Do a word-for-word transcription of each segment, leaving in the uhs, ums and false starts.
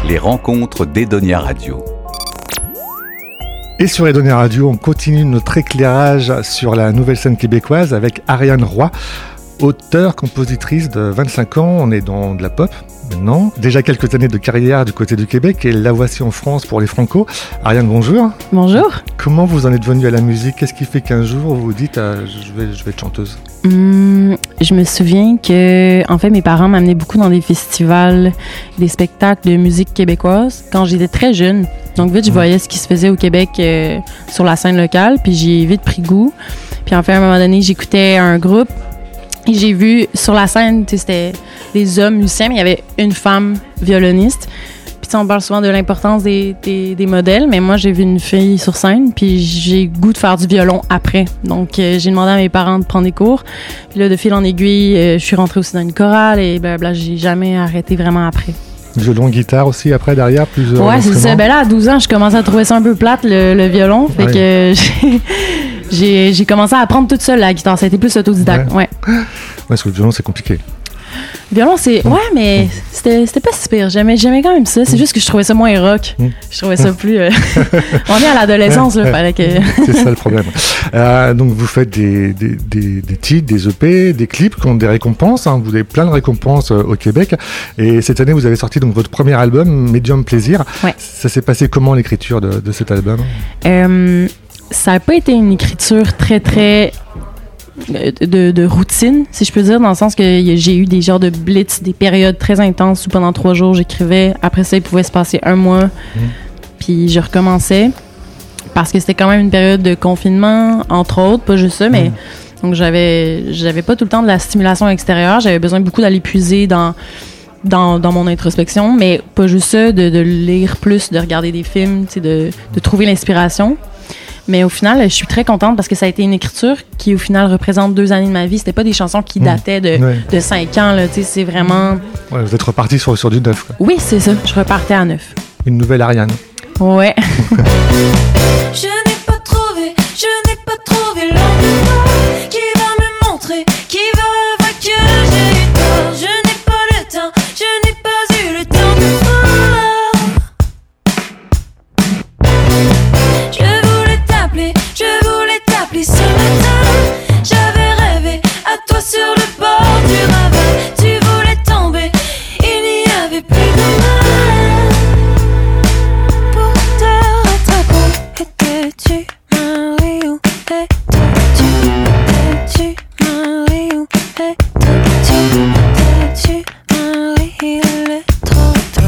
les rencontres d'Edonia Radio. Et sur Edonia Radio, on continue notre éclairage sur la nouvelle scène québécoise avec Ariane Roy, auteure, compositrice de vingt-cinq ans. On est dans de la pop maintenant. Déjà quelques années de carrière du côté du Québec et la voici en France pour les Franco. Ariane, bonjour. Bonjour. Comment vous en êtes venue à la musique ? Qu'est-ce qui fait qu'un jour vous vous dites euh, je, vais, je vais être chanteuse ? Hum, je me souviens que, en fait, mes parents m'amenaient beaucoup dans des festivals, des spectacles de musique québécoise quand j'étais très jeune. Donc vite, je voyais ce qui se faisait au Québec euh, sur la scène locale, puis j'ai vite pris goût. Puis en fait, à un moment donné, j'écoutais un groupe et j'ai vu sur la scène, tu sais, c'était des hommes musiciens, mais il y avait une femme violoniste. Puis tu sais, on parle souvent de l'importance des, des, des modèles, mais moi, j'ai vu une fille sur scène, puis j'ai goût de faire du violon après. Donc euh, j'ai demandé à mes parents de prendre des cours. Puis là, de fil en aiguille, euh, je suis rentrée aussi dans une chorale et blablabla, j'ai jamais arrêté vraiment après. Violon, guitare aussi après, derrière, plus euh, ouais, c'est ça. Ben là, à douze ans, je commençais à trouver ça un peu plate, le, le violon. Fait ouais. que j'ai, j'ai, j'ai commencé à apprendre toute seule la guitare. Ça a été plus autodidacte. Ouais. Ouais, ouais parce que le violon, c'est compliqué. Le violon, c'est... Ouais, mais c'était, c'était pas si pire. J'aimais, j'aimais quand même ça. C'est juste que je trouvais ça moins rock. Je trouvais ça plus... Euh... On est à l'adolescence, là. Fallait que... C'est ça le problème. Euh, donc, vous faites des, des, des, des titres, des E P, des clips qui ont des récompenses. Hein. Vous avez plein de récompenses euh, au Québec. Et cette année, vous avez sorti donc votre premier album, Medium Plaisir. Ouais. Ça s'est passé comment, l'écriture de, de cet album ? euh, Ça n'a pas été une écriture très, très... De, de routine, si je peux dire, dans le sens que j'ai eu des genres de blitz, des périodes très intenses où pendant trois jours j'écrivais. Après ça, il pouvait se passer un mois, mmh. puis je recommençais parce que c'était quand même une période de confinement, entre autres, pas juste ça, mais mmh. donc j'avais, j'avais pas tout le temps de la stimulation extérieure. J'avais besoin beaucoup d'aller puiser dans dans, dans mon introspection, mais pas juste ça, de, de lire plus, de regarder des films, de, de trouver l'inspiration. Mais au final, je suis très contente parce que ça a été une écriture qui, au final, représente deux années de ma vie. C'était pas des chansons qui dataient de, ouais. de cinq ans. Là, c'est vraiment... Ouais, vous êtes reparti sur, sur du neuf. Quoi. Oui, c'est ça. Je repartais à neuf. Une nouvelle Ariane. Ouais. Je n'ai pas trouvé, je n'ai pas trouvé l'homme de moi qui va me montrer, qui va que j'ai eu tort. Je n'ai pas le temps, je n'ai pas eu le temps de voir. Je voulais t'appeler ce matin. J'avais rêvé à toi sur le bord du ravin. Tu voulais tomber, il n'y avait plus de mal. Pour te rattraper, étais-tu un oui ou étais-tu, étais-tu un oui ou étais-tu, étais-tu un oui, il est trop tôt.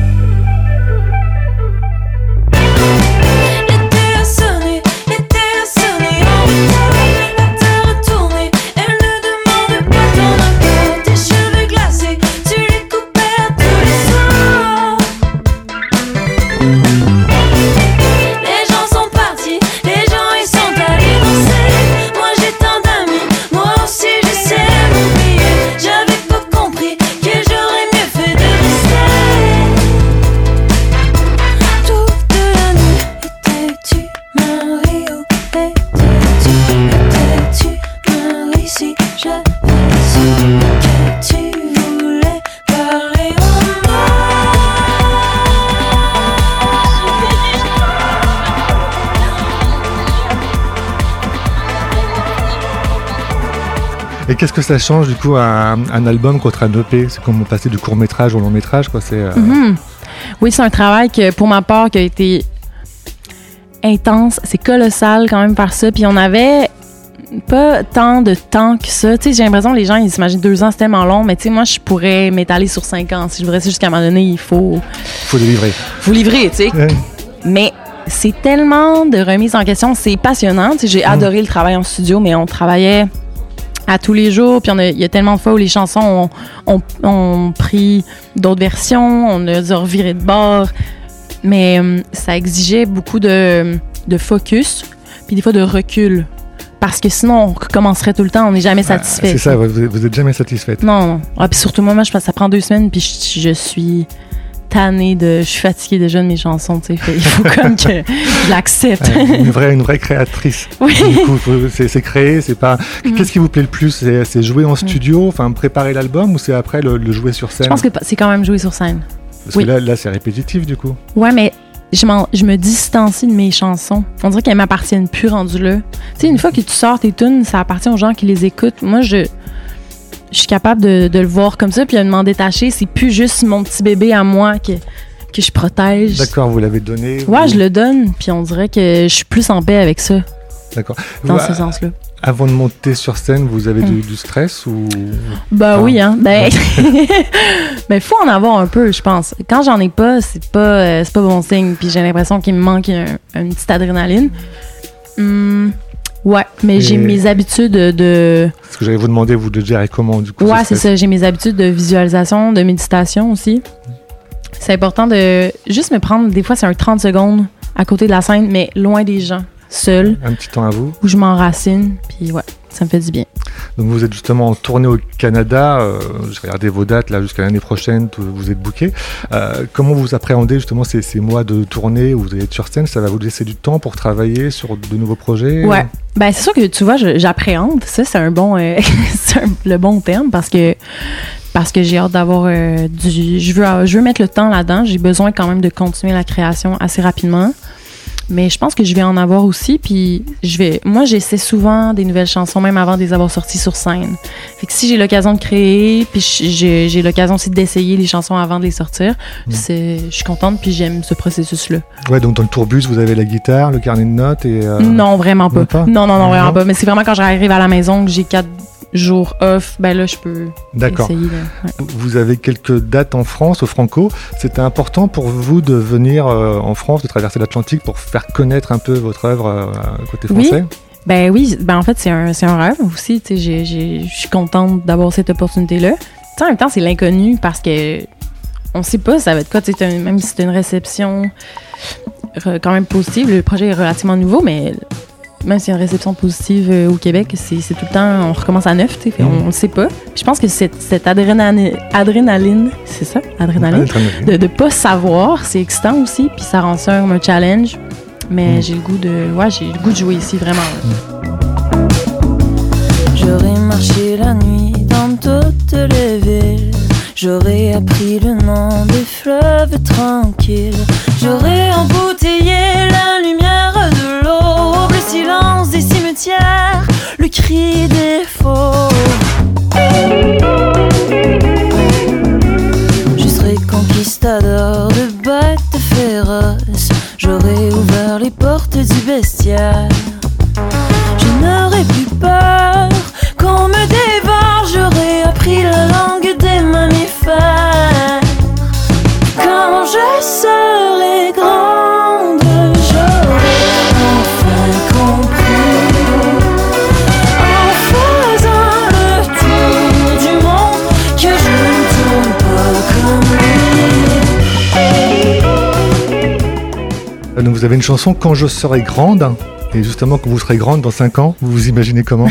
Et qu'est-ce que ça change du coup un, un album contre un E P ? C'est comme passer du court-métrage au long-métrage, quoi. C'est, euh... mm-hmm. Oui, c'est un travail que, pour ma part, qui a été intense. C'est colossal quand même faire ça. Puis on avait pas tant de temps que ça. Tu sais, j'ai l'impression que les gens, ils s'imaginent deux ans, c'est tellement long. Mais tu sais, moi, je pourrais m'étaler sur cinq ans. Si je voudrais ça jusqu'à un moment donné, il faut... Il faut délivrer. Il faut livrer, tu sais. Ouais. Mais... c'est tellement de remise en question. C'est passionnant. Tu sais, j'ai mmh. adoré le travail en studio, mais on travaillait à tous les jours. Puis il y a tellement de fois où les chansons ont, ont, ont pris d'autres versions, on a dû revirer de bord. Mais euh, ça exigeait beaucoup de, de focus, puis des fois de recul. Parce que sinon, on recommencerait tout le temps, on n'est jamais satisfait. Ah, c'est ça, vous, vous êtes jamais satisfaite. Non, non. Ah, puis surtout, moi, moi, je pense que ça prend deux semaines, puis je, je suis tannée de... Je suis fatiguée déjà de mes chansons, tu sais. Il faut comme que je l'accepte. Une vraie, une vraie créatrice. Oui. Du coup, c'est, c'est créer, c'est pas... Mm. Qu'est-ce qui vous plaît le plus ? C'est, c'est jouer en studio, enfin, préparer l'album, ou c'est après le, le jouer sur scène ? Je pense que c'est quand même jouer sur scène. Parce Oui. que là, là, c'est répétitif, du coup. Ouais, mais je, m'en- je me distancie de mes chansons. On dirait qu'elles m'appartiennent plus rendues là. Tu sais, une fois que tu sors tes tunes, ça appartient aux gens qui les écoutent. Moi, je, je suis capable de, de le voir comme ça, puis de m'en détacher. C'est plus juste mon petit bébé à moi que, que je protège. D'accord, vous l'avez donné. Ouais, vous- je le donne, puis on dirait que je suis plus en paix avec ça, D'accord. dans Vous, ce a- sens-là. Avant de monter sur scène, vous avez Hmm. du, du stress ou... Bah Ah. oui, hein. Ben, ben faut en avoir un peu, je pense. Quand j'en ai pas, c'est pas, euh, c'est pas bon signe. Puis j'ai l'impression qu'il me manque un- une petite adrénaline. Hum, ouais, mais Et- j'ai mes habitudes de. Ce que j'allais vous demander, vous de gérer comment, du coup. Ouais, ce c'est stress? ça. J'ai mes habitudes de visualisation, de méditation aussi. C'est important de juste me prendre. Des fois, c'est un trente secondes à côté de la scène, mais loin des gens, seul, Un petit temps à vous. où je m'enracine. Puis ouais, ça me fait du bien. Donc vous êtes justement en tournée au Canada. Euh, J'ai regardé vos dates là jusqu'à l'année prochaine. tout- Vous êtes booké. Euh, comment vous appréhendez justement ces, ces mois de tournée où vous allez être sur scène? Ça va vous laisser du temps pour travailler sur de nouveaux projets? Ouais. Ben, c'est sûr que tu vois, je- j'appréhende. Ça, c'est un bon, euh, c'est un- le bon terme parce que parce que j'ai hâte d'avoir euh, du. Je veux, je veux mettre le temps là-dedans. J'ai besoin quand même de continuer la création assez rapidement. Mais je pense que je vais en avoir aussi. Puis je vais. Moi, j'essaie souvent des nouvelles chansons, même avant de les avoir sorties sur scène. Fait que si j'ai l'occasion de créer, puis j'ai j'ai l'occasion aussi d'essayer les chansons avant de les sortir, Mm. c'est, je suis contente. Puis j'aime ce processus-là. Ouais, donc dans le tourbus, vous avez la guitare, le carnet de notes et. euh, Non, vraiment pas. même pas? Non, non, non, vraiment Non? pas. Mais c'est vraiment quand j'arrive à la maison que j'ai quatre jours off, ben là, je peux D'accord. essayer. De, ouais. Vous avez quelques dates en France, au Franco. C'était important pour vous de venir euh, en France, de traverser l'Atlantique pour faire connaître un peu votre œuvre euh, côté Oui. français? Ben oui, ben en fait, c'est un, c'est un rêve aussi. Tu sais, j'ai- j'ai- je suis contente d'avoir cette opportunité-là. Tu sais, en même temps, c'est l'inconnu parce que on sait pas ça va être quoi. Tu sais, t'as- même si c'est une réception re- quand même positive, le projet est relativement nouveau, mais même s'il y a une réception positive euh, au Québec, c'est c'est tout le temps, on recommence à neuf, tu sais, fait, Mm. on, on le sait pas. Puis je pense que cette, cette adrénaline, adrénaline, c'est ça, adrénaline, Adrénaline. de ne pas savoir, c'est excitant aussi, puis ça rend ça comme un challenge. Mais Mm. j'ai le goût de, ouais, j'ai le goût de jouer ici vraiment. J'aurais marché la nuit dans toutes les villes. J'aurais appris le nom des fleuves tranquilles. J'aurais embouteillé la lumière de l'aube, le silence des cimetières, le cri des faux. Je serais conquistador de bêtes féroces. J'aurais ouvert les portes du bestiaire. Je n'aurais plus peur qu'on me dévore. J'aurais appris la langue des mammifères. Quand je serai grande, j'aurai enfin compris, en faisant le tour du monde, que je ne tourne pas comme lui. Donc vous avez une chanson Quand je serai grande. Et justement, quand vous serez grande dans cinq ans, vous vous imaginez comment?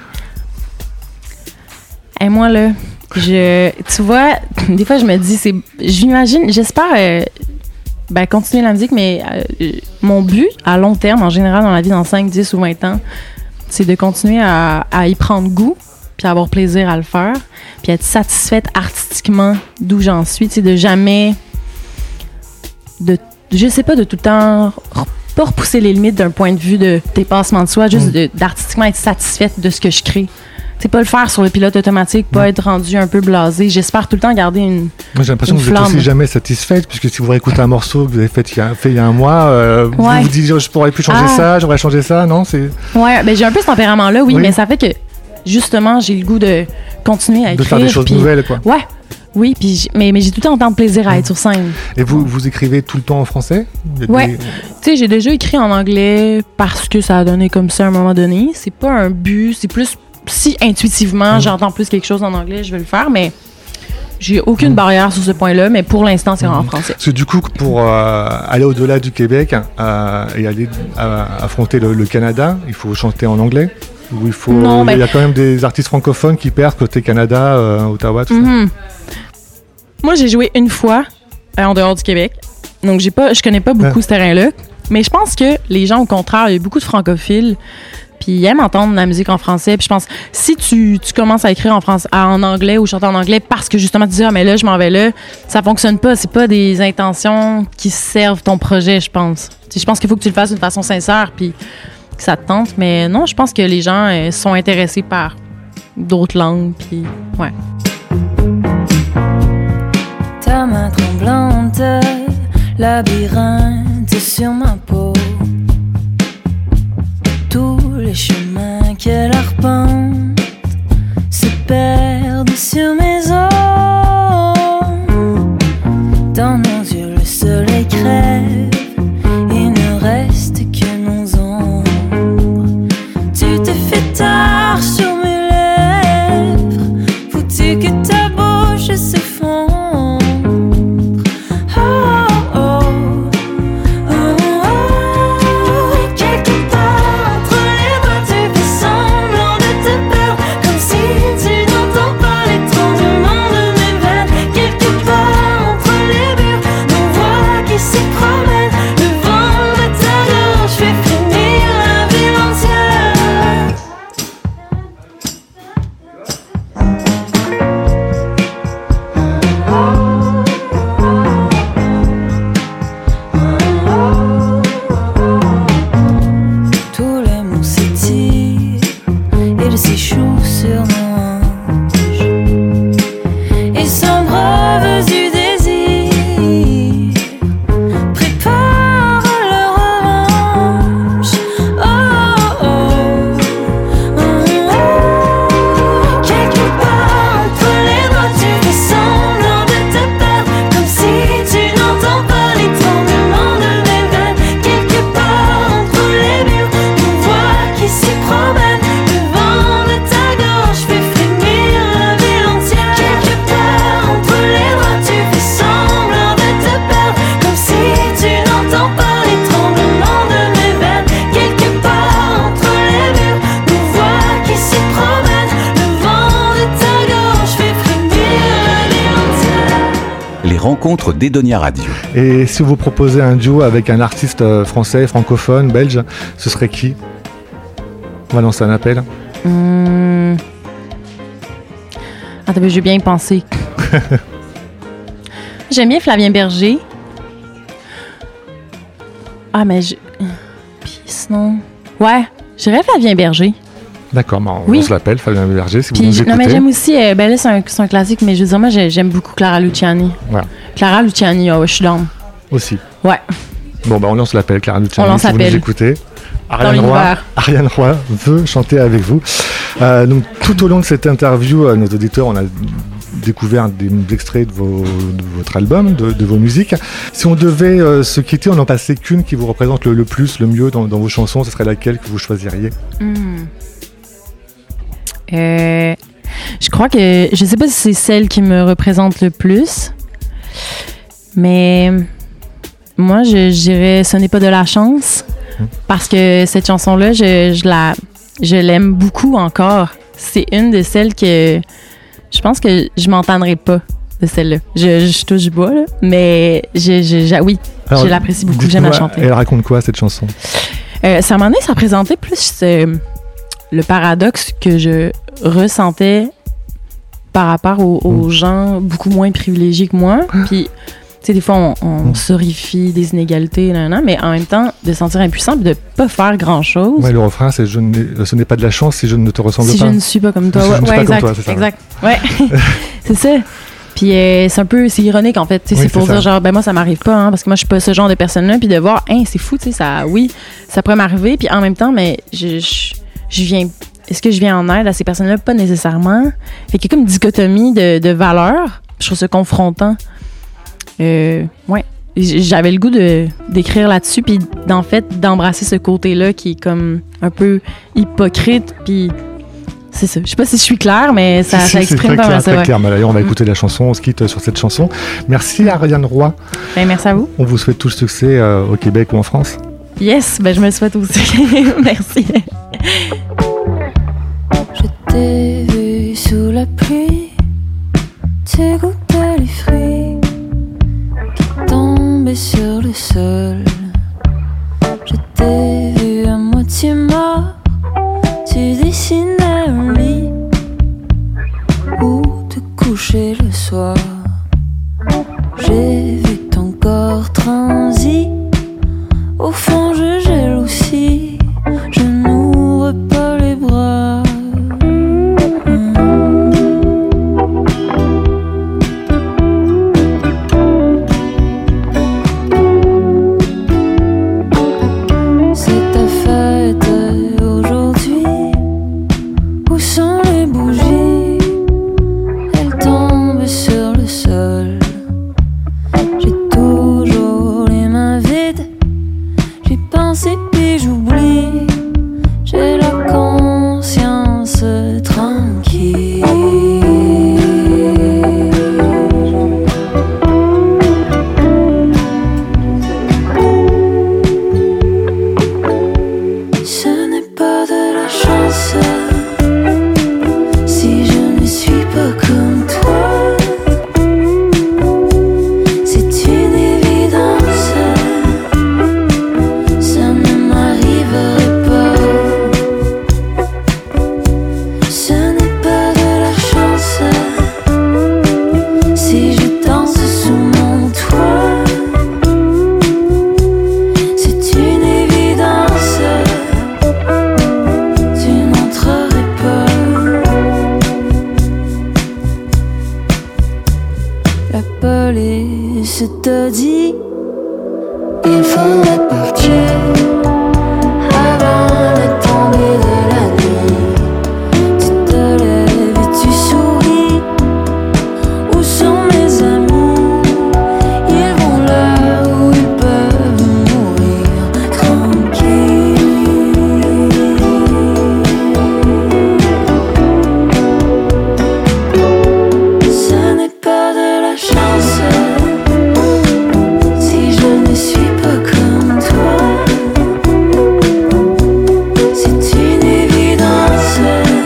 Et moi, là, je, tu vois, des fois, je me dis, c'est, j'imagine, j'espère euh, ben, continuer la musique, mais euh, mon but, à long terme, en général, dans la vie, dans cinq, dix ou vingt ans, c'est de continuer à, à y prendre goût, puis avoir plaisir à le faire, puis être satisfaite artistiquement d'où j'en suis, tu sais, de jamais, de, je sais pas, de tout le temps pas repousser les limites d'un point de vue de dépassement de soi, juste Mm. de- d'artistiquement être satisfaite de ce que je crée. C'est pas le faire sur le pilote automatique, pas Mm. être rendu un peu blasé. J'espère tout le temps garder une. Moi, j'ai l'impression Une que vous êtes flamme. aussi jamais satisfaite, puisque si vous réécoutez un morceau que vous avez fait il y a, fait il y a un mois, euh, Ouais. vous vous dites je pourrais plus changer Ah. ça, j'aurais changé ça, non? C'est Ouais, ben j'ai un peu ce tempérament-là, oui, Oui. mais ça fait que justement, j'ai le goût de continuer à de écrire. faire des choses puis- nouvelles, quoi. Ouais, oui, puis j- mais, mais j'ai tout le temps autant de plaisir à être sur scène. Et vous, vous écrivez tout le temps en français? Il y a Ouais. des- Tu sais, j'ai déjà écrit en anglais parce que ça a donné comme ça à un moment donné. C'est pas un but, c'est plus si intuitivement Mm. j'entends plus quelque chose en anglais, je vais le faire, mais j'ai aucune barrière sur ce point-là, mais pour l'instant, c'est en français. Parce que du coup, pour euh, aller au-delà du Québec euh, et aller euh, affronter le, le Canada, il faut chanter en anglais? Ou il faut. Non, il y a ben- quand même des artistes francophones qui perdent côté Canada, euh, Ottawa, tout ça. Mhm. Moi, j'ai joué une fois euh, en dehors du Québec. Donc, j'ai pas, je connais pas beaucoup Ouais. ce terrain-là. Mais je pense que les gens, au contraire, il y a beaucoup de francophiles. Puis Puis ils aiment entendre la musique en français. Puis je pense, si tu, tu commences à écrire en, France, en anglais ou chanter en anglais parce que justement tu dis « Ah, mais là, je m'en vais là », ça fonctionne pas. C'est pas des intentions qui servent ton projet, je pense. T'sais, je pense qu'il faut que tu le fasses d'une façon sincère puis que ça te tente. Mais non, je pense que les gens euh, sont intéressés par d'autres langues. Puis ouais. Ta main tremblante, labyrinthe sur ma peau. Tous les chemins qu'elle arpente se perdent sur mes os. Dans nos yeux, le soleil crève. Il ne reste que nos ombres. Tu te fais tard sur mes lèvres. Faut-tu que ta bouche se fonde? Rencontre d'Edonia Radio. Et si vous proposez un duo avec un artiste français, francophone, belge, ce serait qui? On va lancer un appel. Hum... Attends, je vais bien y penser. J'aime bien Flavien Berger. Ah, mais je... Puis sinon... Ouais, je dirais Flavien Berger. D'accord, bon, oui. On se l'appelle, Flavien Berger, si Puis, vous nous écoutez. Non, mais j'aime aussi... Euh, ben là, c'est un, c'est un classique, mais je veux dire, moi, j'aime beaucoup Clara Luciani. Voilà. Clara Luciani, oh, je suis down. Aussi. Ouais. Bon, ben on lance l'appel, Clara Luciani, on lance si l'appel. vous nous écoutez. Ariane Dans Roy, Ariane Roy veut chanter avec vous. Euh, donc, tout au long de cette interview, euh, nos auditeurs, on a découvert des extraits de, vos, de votre album, de, de vos musiques. Si on devait euh, se quitter, on n'en passait qu'une qui vous représente le, le plus, le mieux dans, dans vos chansons, ce serait laquelle que vous choisiriez? Mmh. Euh, je crois que... Je sais pas si c'est celle qui me représente le plus, mais moi, je, je dirais « Ce n'est pas de la chance », parce que cette chanson-là, je, je, la, je l'aime beaucoup encore. C'est une de celles que... Je pense que je m'entendrai pas de celle-là. Je, je touche du bois, là, mais je, je, je, oui, Alors, je l'apprécie beaucoup, j'aime la chanter. Elle raconte quoi, cette chanson? Euh, ça m'en est, ça représentait plus euh, le paradoxe que je ressentais par rapport aux, aux mmh. gens beaucoup moins privilégiés que moi. Puis, tu sais, des fois, on, on mmh. sorifie des inégalités, nan, nan, mais en même temps, de se sentir impuissant et de pas faire grand-chose. Ouais, le refrain, c'est je « Ce n'est pas de la chance si je ne te ressemble si pas ». Si je ne suis pas comme toi. Si ouais, je ne suis ouais, pas exact, comme toi, c'est ça. Exact, ouais. c'est ça. Puis euh, c'est un peu, c'est ironique en fait, oui, c'est pour c'est dire genre, ben moi ça m'arrive pas, hein, parce que moi je suis pas ce genre de personne-là, puis de voir, hein, c'est fou, tu sais, ça, oui, ça pourrait m'arriver, puis en même temps, mais je, je, je viens, est-ce que je viens en aide à ces personnes-là? Pas nécessairement. Fait qu'il y a comme une dichotomie de, de valeurs, je trouve ça confrontant. Euh, ouais, j'avais le goût de, d'écrire là-dessus, puis d'en fait, d'embrasser ce côté-là qui est comme un peu hypocrite, puis... C'est ça. Je sais pas si je suis claire, mais ça, si, ça si, exprime pas mal ça. Ouais. Clair. D'ailleurs, on va écouter la chanson, on se quitte sur cette chanson. Merci Ariane Roy. Ben, merci à vous. On vous souhaite tout le succès euh, au Québec ou en France. Yes, ben je me le souhaite aussi. Merci. Je t'ai vu sous la pluie, tu goûtais les fruits qui tombaient sur le sol. Je t'ai vu à moitié mort coucher le soir. J'ai vu ton corps transi. Au fond je jalousie. Je n'ouvre pas les bras. C'est ta fête aujourd'hui. Où sont les bougies? Elles tombent sur le sol. J'ai toujours les mains vides. J'y pense et puis j'oublie. J'ai la conscience tranquille. Ce n'est pas de la chance si je ne suis pas comme toi. C'est une évidence, ça ne m'arriverait pas. Ce n'est pas de la chance si je danse sous mon toit. C'est une évidence, tu n'entrerais pas. La police te dit il faudrait partir avant la tombée de la nuit. Tu te lèves et tu souris. Où sont mes amis? Ils vont là où ils peuvent mourir tranquilles. Ce n'est pas de la chance si je ne suis pas comme toi. C'est une évidence,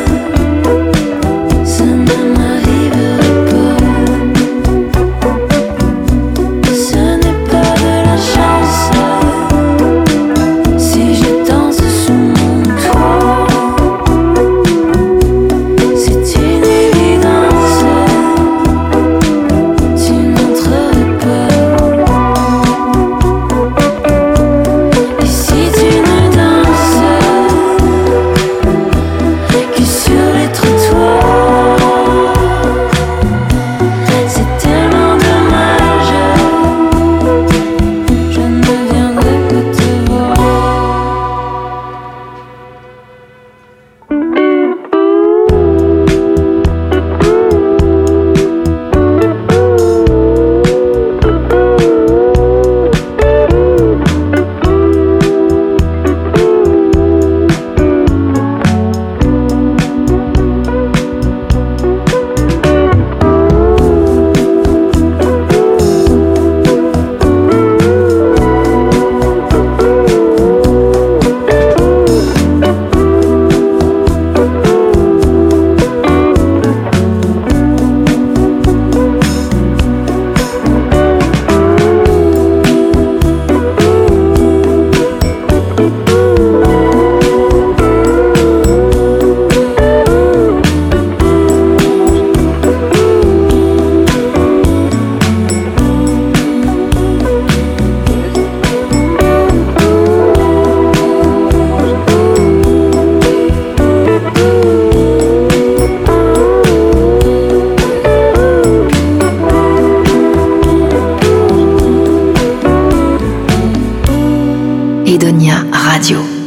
ça ne m'arriverait pas. Ce n'est pas de la chance si je danse sous mon toit. C'est une évidence, tu n'entrerais pas. Et si tu ne danses que sur les trottoirs, c'est tellement dommage. Je ne viendrai pas te voir. Edonia Radio.